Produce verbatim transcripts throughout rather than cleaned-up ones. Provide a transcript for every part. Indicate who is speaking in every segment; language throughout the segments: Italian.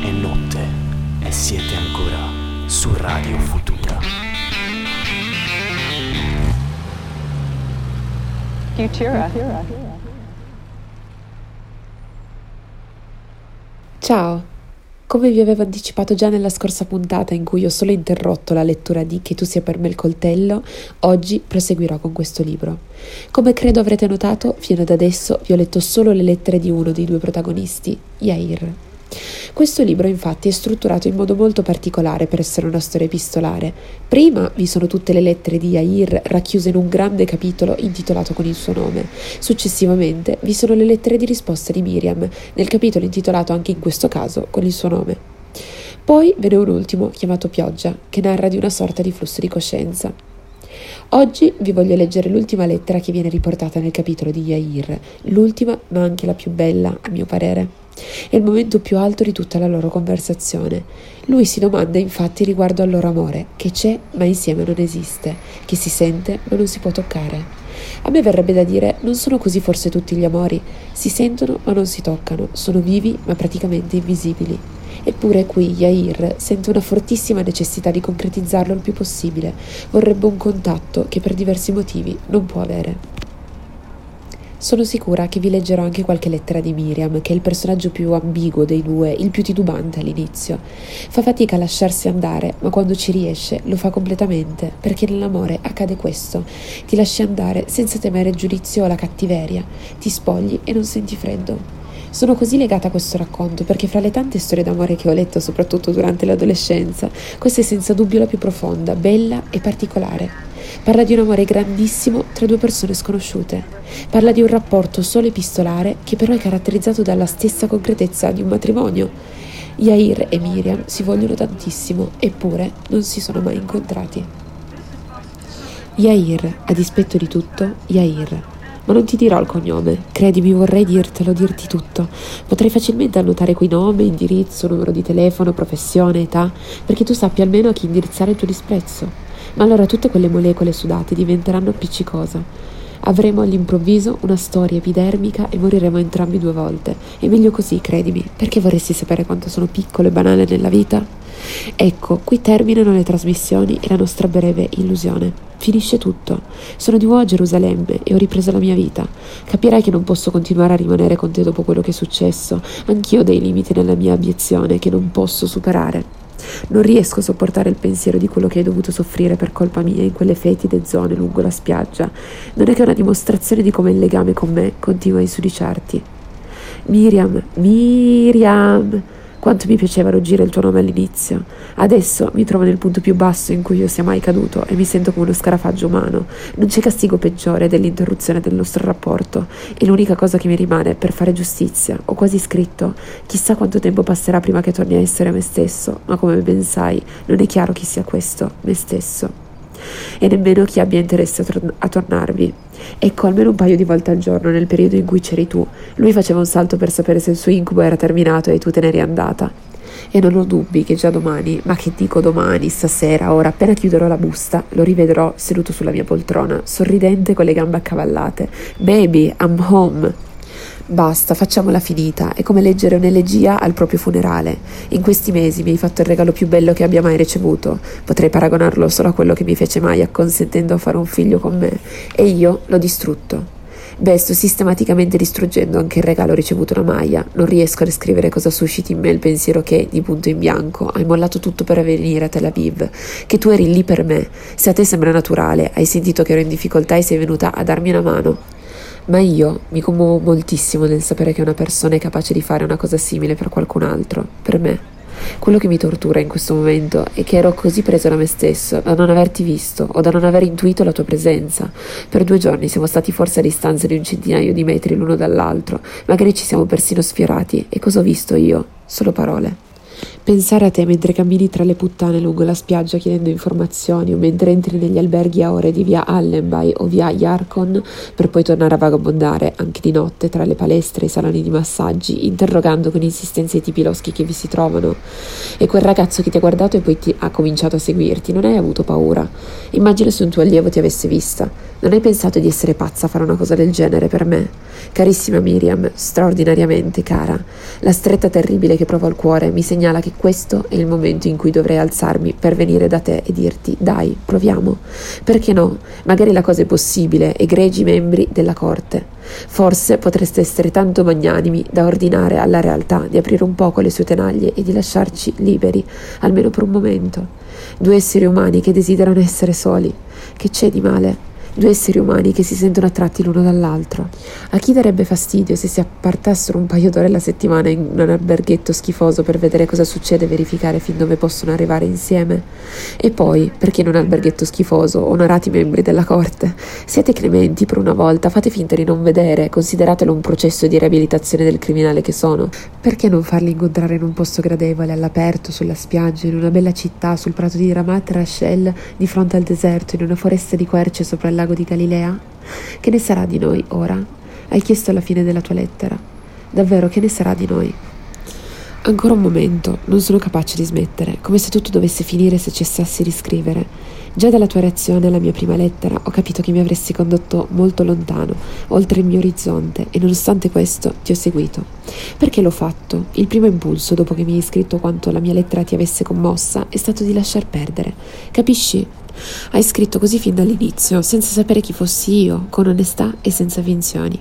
Speaker 1: È notte e siete ancora su Radio Futura.
Speaker 2: Futura.
Speaker 3: Ciao, come vi avevo anticipato già nella scorsa puntata in cui ho solo interrotto la lettura di Che tu sia per me il coltello, oggi proseguirò con questo libro. Come credo avrete notato, fino ad adesso vi ho letto solo le lettere di uno dei due protagonisti, Yair. Questo libro infatti è strutturato in modo molto particolare per essere una storia epistolare. Prima vi sono tutte le lettere di Yair racchiuse in un grande capitolo intitolato con il suo nome. Successivamente vi sono le lettere di risposta di Miriam, nel capitolo intitolato anche in questo caso con il suo nome. Poi ve n'è un ultimo chiamato Pioggia, che narra di una sorta di flusso di coscienza. Oggi vi voglio leggere l'ultima lettera che viene riportata nel capitolo di Yair, l'ultima ma anche la più bella a mio parere. È il momento più alto di tutta la loro conversazione. Lui si domanda infatti riguardo al loro amore, che c'è ma insieme non esiste, che si sente ma non si può toccare. A me verrebbe da dire, non sono così forse tutti gli amori? Si sentono ma non si toccano, sono vivi ma praticamente invisibili. Eppure qui Yair sente una fortissima necessità di concretizzarlo il più possibile. Vorrebbe un contatto che per diversi motivi non può avere. Sono sicura che vi leggerò anche qualche lettera di Miriam, che è il personaggio più ambiguo dei due, il più titubante all'inizio. Fa fatica a lasciarsi andare, ma quando ci riesce lo fa completamente, perché nell'amore accade questo. Ti lasci andare senza temere il giudizio o la cattiveria, ti spogli e non senti freddo. Sono così legata a questo racconto perché fra le tante storie d'amore che ho letto, soprattutto durante l'adolescenza, questa è senza dubbio la più profonda, bella e particolare. Parla di un amore grandissimo tra due persone sconosciute. Parla di un rapporto solo epistolare che però è caratterizzato dalla stessa concretezza di un matrimonio. Yair e Miriam si vogliono tantissimo, eppure non si sono mai incontrati. Yair, a dispetto di tutto, Yair. Ma non ti dirò il cognome, credimi, vorrei dirtelo, dirti tutto. Potrei facilmente annotare qui nome, indirizzo, numero di telefono, professione, età, perché tu sappia almeno a chi indirizzare il tuo disprezzo. Ma allora tutte quelle molecole sudate diventeranno appiccicosa. Avremo all'improvviso una storia epidermica e moriremo entrambi due volte. E meglio così, credimi, perché vorresti sapere quanto sono piccolo e banale nella vita? Ecco, qui terminano le trasmissioni e la nostra breve illusione. Finisce tutto. Sono di nuovo a Gerusalemme e ho ripreso la mia vita. Capirai che non posso continuare a rimanere con te dopo quello che è successo. Anch'io ho dei limiti nella mia abiezione che non posso superare. Non riesco a sopportare il pensiero di quello che hai dovuto soffrire per colpa mia in quelle fetide zone lungo la spiaggia. Non è che una dimostrazione di come il legame con me continua a insudiciarti. Miriam, Miriam, quanto mi piaceva ruggire il tuo nome all'inizio. Adesso mi trovo nel punto più basso in cui io sia mai caduto e mi sento come uno scarafaggio umano. Non c'è castigo peggiore dell'interruzione del nostro rapporto e l'unica cosa che mi rimane è per fare giustizia. Ho quasi scritto, chissà quanto tempo passerà prima che torni a essere me stesso, ma come ben sai non è chiaro chi sia questo, me stesso. E nemmeno chi abbia interesse a, tor- a tornarvi. Ecco, almeno un paio di volte al giorno nel periodo in cui c'eri tu, lui faceva un salto per sapere se il suo incubo era terminato e tu te ne eri andata. E non ho dubbi che già domani, ma che dico domani, stasera, ora appena chiuderò la busta, lo rivedrò seduto sulla mia poltrona, sorridente con le gambe accavallate. Baby, I'm home. Basta, facciamola finita, è come leggere un'elegia al proprio funerale. In questi mesi mi hai fatto il regalo più bello che abbia mai ricevuto. Potrei paragonarlo solo a quello che mi fece Maya consentendo a fare un figlio con me, e io l'ho distrutto. Beh, sto sistematicamente distruggendo anche il regalo ricevuto da Maya. Non riesco a descrivere cosa susciti in me il pensiero che, di punto in bianco, hai mollato tutto per venire a Tel Aviv, che tu eri lì per me. Se a te sembra naturale, hai sentito che ero in difficoltà e sei venuta a darmi una mano. Ma io mi commuovo moltissimo nel sapere che una persona è capace di fare una cosa simile per qualcun altro, per me. Quello che mi tortura in questo momento è che ero così preso da me stesso, da non averti visto o da non aver intuito la tua presenza. Per due giorni siamo stati forse a distanza di un centinaio di metri l'uno dall'altro, magari ci siamo persino sfiorati. E cosa ho visto io? Solo parole. Pensare a te mentre cammini tra le puttane lungo la spiaggia chiedendo informazioni o mentre entri negli alberghi a ore di via Allenby o via Yarkon per poi tornare a vagabondare anche di notte tra le palestre e i saloni di massaggi interrogando con insistenza i tipi loschi che vi si trovano e quel ragazzo che ti ha guardato e poi ti ha cominciato a seguirti, non hai avuto paura. Immagina se un tuo allievo ti avesse vista. Non hai pensato di essere pazza a fare una cosa del genere per me? Carissima Miriam, straordinariamente cara, la stretta terribile che provo al cuore mi segnala che questo è il momento in cui dovrei alzarmi per venire da te e dirti dai, proviamo. Perché no? Magari la cosa è possibile, egregi membri della corte. Forse potreste essere tanto magnanimi da ordinare alla realtà di aprire un poco le sue tenaglie e di lasciarci liberi, almeno per un momento. Due esseri umani che desiderano essere soli. Che c'è di male? Due esseri umani che si sentono attratti l'uno dall'altro. A chi darebbe fastidio se si appartassero un paio d'ore alla settimana in un alberghetto schifoso per vedere cosa succede e verificare fin dove possono arrivare insieme? E poi, perché in un alberghetto schifoso, onorati membri della corte, siete clementi per una volta, fate finta di non vedere, consideratelo un processo di riabilitazione del criminale che sono. Perché non farli incontrare in un posto gradevole, all'aperto, sulla spiaggia, in una bella città, sul prato di Ramat Rachel, di fronte al deserto, in una foresta di querce sopra il lago di Galilea? Che ne sarà di noi ora? Hai chiesto alla fine della tua lettera. Davvero, che ne sarà di noi? Ancora un momento, non sono capace di smettere, come se tutto dovesse finire se cessassi di scrivere. Già dalla tua reazione alla mia prima lettera ho capito che mi avresti condotto molto lontano, oltre il mio orizzonte, e nonostante questo ti ho seguito. Perché l'ho fatto? Il primo impulso, dopo che mi hai scritto quanto la mia lettera ti avesse commossa, è stato di lasciar perdere. Capisci? Hai scritto così fin dall'inizio, senza sapere chi fossi io, con onestà e senza finzioni.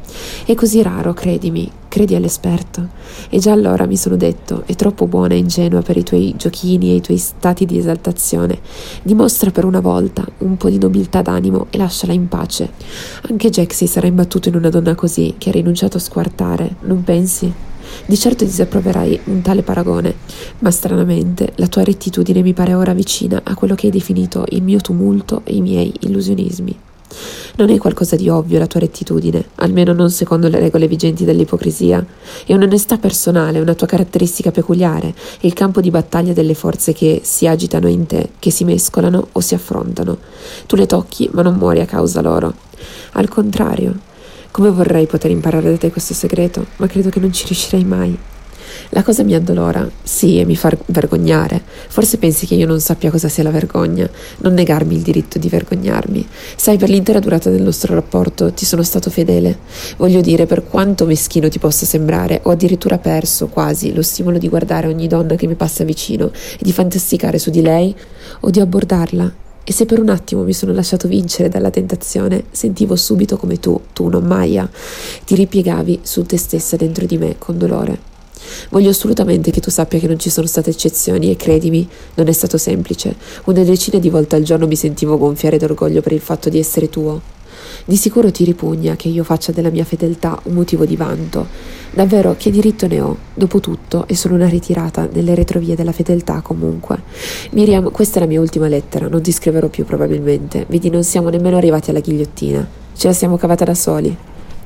Speaker 3: È così raro, credimi, credi all'esperto. E già allora mi sono detto, è troppo buona e ingenua per i tuoi giochini e i tuoi stati di esaltazione. Dimostra per una volta un po' di nobiltà d'animo e lasciala in pace. Anche Jack si sarà imbattuto in una donna così, che ha rinunciato a squartare, non pensi? Di certo disapproverai un tale paragone, ma stranamente la tua rettitudine mi pare ora vicina a quello che hai definito il mio tumulto e i miei illusionismi. Non è qualcosa di ovvio la tua rettitudine, almeno non secondo le regole vigenti dell'ipocrisia. È un'onestà personale, una tua caratteristica peculiare, è il campo di battaglia delle forze che si agitano in te, che si mescolano o si affrontano. Tu le tocchi, ma non muori a causa loro. Al contrario, come vorrei poter imparare da te questo segreto, ma credo che non ci riuscirei mai. La cosa mi addolora, sì, e mi fa vergognare. Forse pensi che io non sappia cosa sia la vergogna. Non negarmi il diritto di vergognarmi. Sai, per l'intera durata del nostro rapporto ti sono stato fedele. Voglio dire, per quanto meschino ti possa sembrare, ho addirittura perso, quasi, lo stimolo di guardare ogni donna che mi passa vicino e di fantasticare su di lei o di abbordarla. E se per un attimo mi sono lasciato vincere dalla tentazione, sentivo subito come tu, tu non Maya, ti ripiegavi su te stessa dentro di me con dolore. Voglio assolutamente che tu sappia che non ci sono state eccezioni e credimi, non è stato semplice. Una decina di volte al giorno mi sentivo gonfiare d'orgoglio per il fatto di essere tuo. Di sicuro ti ripugna che io faccia della mia fedeltà un motivo di vanto. Davvero, che diritto ne ho? Dopotutto, è solo una ritirata nelle retrovie della fedeltà comunque. Miriam, questa è la mia ultima lettera, non ti scriverò più probabilmente. Vedi, non siamo nemmeno arrivati alla ghigliottina. Ce la siamo cavata da soli.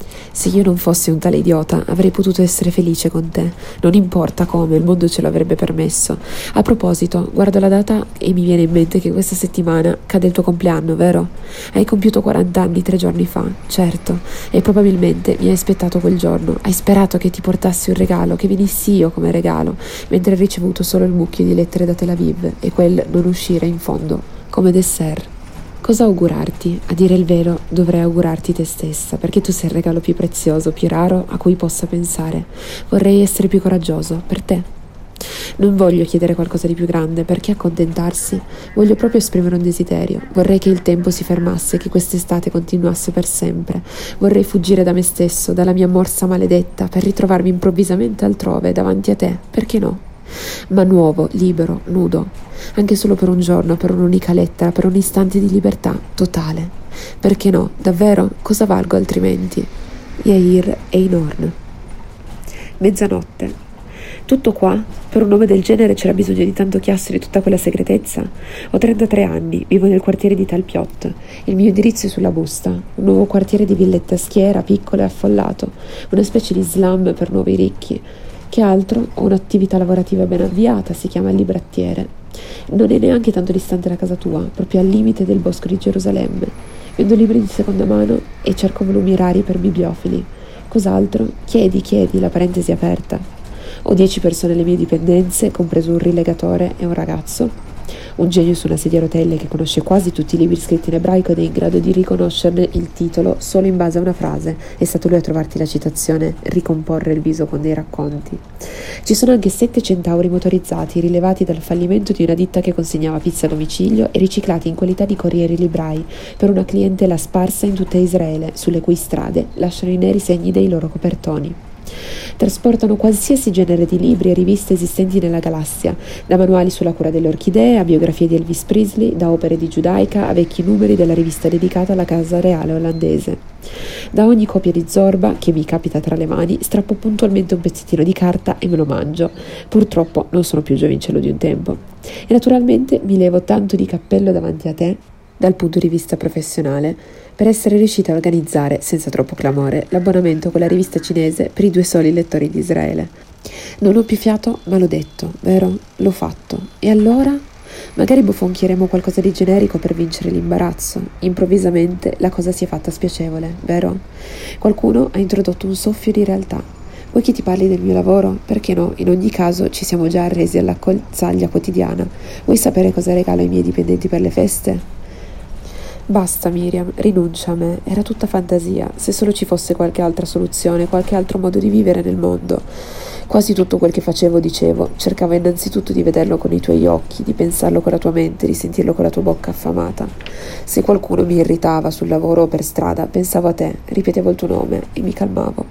Speaker 3: Se io non fossi un tale idiota, avrei potuto essere felice con te. Non importa come, il mondo ce l'avrebbe permesso. A proposito, guardo la data e mi viene in mente che questa settimana cade il tuo compleanno, vero? Hai compiuto quaranta anni tre giorni fa, certo, e probabilmente mi hai aspettato quel giorno. Hai sperato che ti portassi un regalo, che venissi io come regalo, mentre hai ricevuto solo il mucchio di lettere da Tel Aviv e quel non uscire in fondo, come dessert. Cosa augurarti? A dire il vero, dovrei augurarti te stessa, perché tu sei il regalo più prezioso, più raro a cui possa pensare. Vorrei essere più coraggioso, per te. Non voglio chiedere qualcosa di più grande, perché accontentarsi? Voglio proprio esprimere un desiderio. Vorrei che il tempo si fermasse, che quest'estate continuasse per sempre. Vorrei fuggire da me stesso, dalla mia morsa maledetta, per ritrovarmi improvvisamente altrove, davanti a te. Perché no? Ma nuovo, libero, nudo. Anche solo per un giorno, per un'unica lettera, per un istante di libertà totale. Perché no? Davvero? Cosa valgo altrimenti? Yair Einorn. Mezzanotte. Tutto qua? Per un nome del genere c'era bisogno di tanto chiasso e di tutta quella segretezza? Ho trentatré anni, vivo nel quartiere di Talpiot. Il mio indirizzo è sulla busta. Un nuovo quartiere di villette a schiera, piccolo e affollato. Una specie di slum per nuovi ricchi. Che altro? Ho un'attività lavorativa ben avviata, si chiama il librettiere. Non è neanche tanto distante da casa tua, proprio al limite del bosco di Gerusalemme. Vendo libri di seconda mano e cerco volumi rari per bibliofili. Cos'altro? Chiedi, chiedi, la parentesi è aperta. Ho dieci persone alle mie dipendenze, compreso un rilegatore e un ragazzo. Un genio su una sedia a rotelle che conosce quasi tutti i libri scritti in ebraico ed è in grado di riconoscerne il titolo solo in base a una frase. È stato lui a trovarti la citazione "ricomporre il viso con dei racconti". Ci sono anche sette centauri motorizzati rilevati dal fallimento di una ditta che consegnava pizza a domicilio e riciclati in qualità di corrieri librai per una clientela sparsa in tutta Israele, sulle cui strade lasciano i neri segni dei loro copertoni. Trasportano qualsiasi genere di libri e riviste esistenti nella galassia, da manuali sulla cura delle orchidee a biografie di Elvis Presley, da opere di Giudaica a vecchi numeri della rivista dedicata alla casa reale olandese. Da ogni copia di Zorba che mi capita tra le mani strappo puntualmente un pezzettino di carta e me lo mangio. Purtroppo non sono più giovincello di un tempo. E naturalmente mi levo tanto di cappello davanti a te dal punto di vista professionale, per essere riuscita a organizzare, senza troppo clamore, l'abbonamento con la rivista cinese per i due soli lettori di Israele. Non ho più fiato, ma l'ho detto, vero? L'ho fatto. E allora? Magari bofonchieremo qualcosa di generico per vincere l'imbarazzo. Improvvisamente la cosa si è fatta spiacevole, vero? Qualcuno ha introdotto un soffio di realtà. Vuoi che ti parli del mio lavoro? Perché no? In ogni caso ci siamo già arresi all'accozzaglia quotidiana. Vuoi sapere cosa regalo ai miei dipendenti per le feste? Basta Miriam, rinuncia a me, era tutta fantasia, se solo ci fosse qualche altra soluzione, qualche altro modo di vivere nel mondo. Quasi tutto quel che facevo o dicevo, cercavo innanzitutto di vederlo con i tuoi occhi, di pensarlo con la tua mente, di sentirlo con la tua bocca affamata. Se qualcuno mi irritava sul lavoro o per strada, pensavo a te, ripetevo il tuo nome e mi calmavo.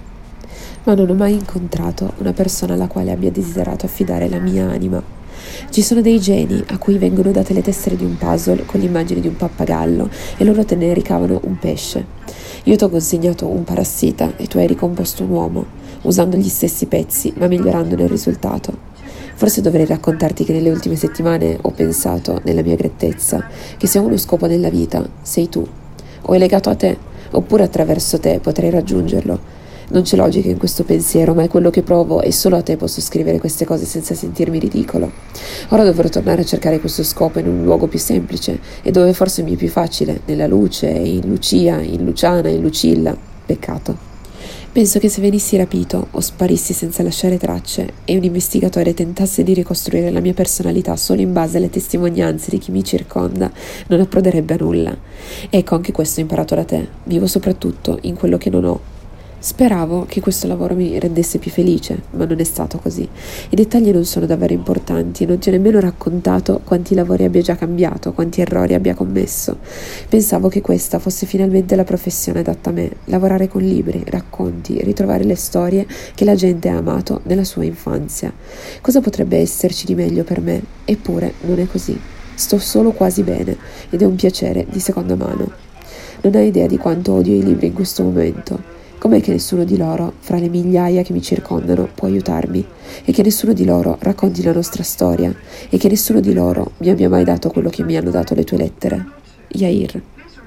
Speaker 3: Ma non ho mai incontrato una persona alla quale abbia desiderato affidare la mia anima. Ci sono dei geni a cui vengono date le tessere di un puzzle con l'immagine di un pappagallo e loro te ne ricavano un pesce. Io ti ho consegnato un parassita e tu hai ricomposto un uomo, usando gli stessi pezzi ma migliorandone il risultato. Forse dovrei raccontarti che nelle ultime settimane ho pensato, nella mia grettezza, che se ho uno scopo nella vita, sei tu. O è legato a te, oppure attraverso te potrei raggiungerlo. Non c'è logica in questo pensiero, ma è quello che provo e solo a te posso scrivere queste cose senza sentirmi ridicolo. Ora dovrò tornare a cercare questo scopo in un luogo più semplice e dove forse mi è più facile, nella luce, in Lucia, in Luciana, in Lucilla. Peccato. Penso che se venissi rapito o sparissi senza lasciare tracce e un investigatore tentasse di ricostruire la mia personalità solo in base alle testimonianze di chi mi circonda, non approderebbe a nulla. Ecco, anche questo ho imparato da te. Vivo soprattutto in quello che non ho. Speravo che questo lavoro mi rendesse più felice, ma non è stato così. I dettagli non sono davvero importanti, non ti ho nemmeno raccontato quanti lavori abbia già cambiato, quanti errori abbia commesso. Pensavo che questa fosse finalmente la professione adatta a me, lavorare con libri, racconti, ritrovare le storie che la gente ha amato nella sua infanzia. Cosa potrebbe esserci di meglio per me? Eppure non è così. Sto solo quasi bene ed è un piacere di seconda mano. Non hai idea di quanto odio i libri in questo momento. Com'è che nessuno di loro, fra le migliaia che mi circondano, può aiutarmi? E che nessuno di loro racconti la nostra storia? E che nessuno di loro mi abbia mai dato quello che mi hanno dato le tue lettere? Yair.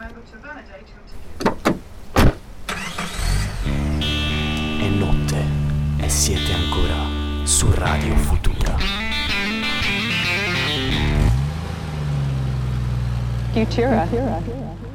Speaker 1: È notte e siete ancora su Radio Futura.
Speaker 2: Futura. Futura.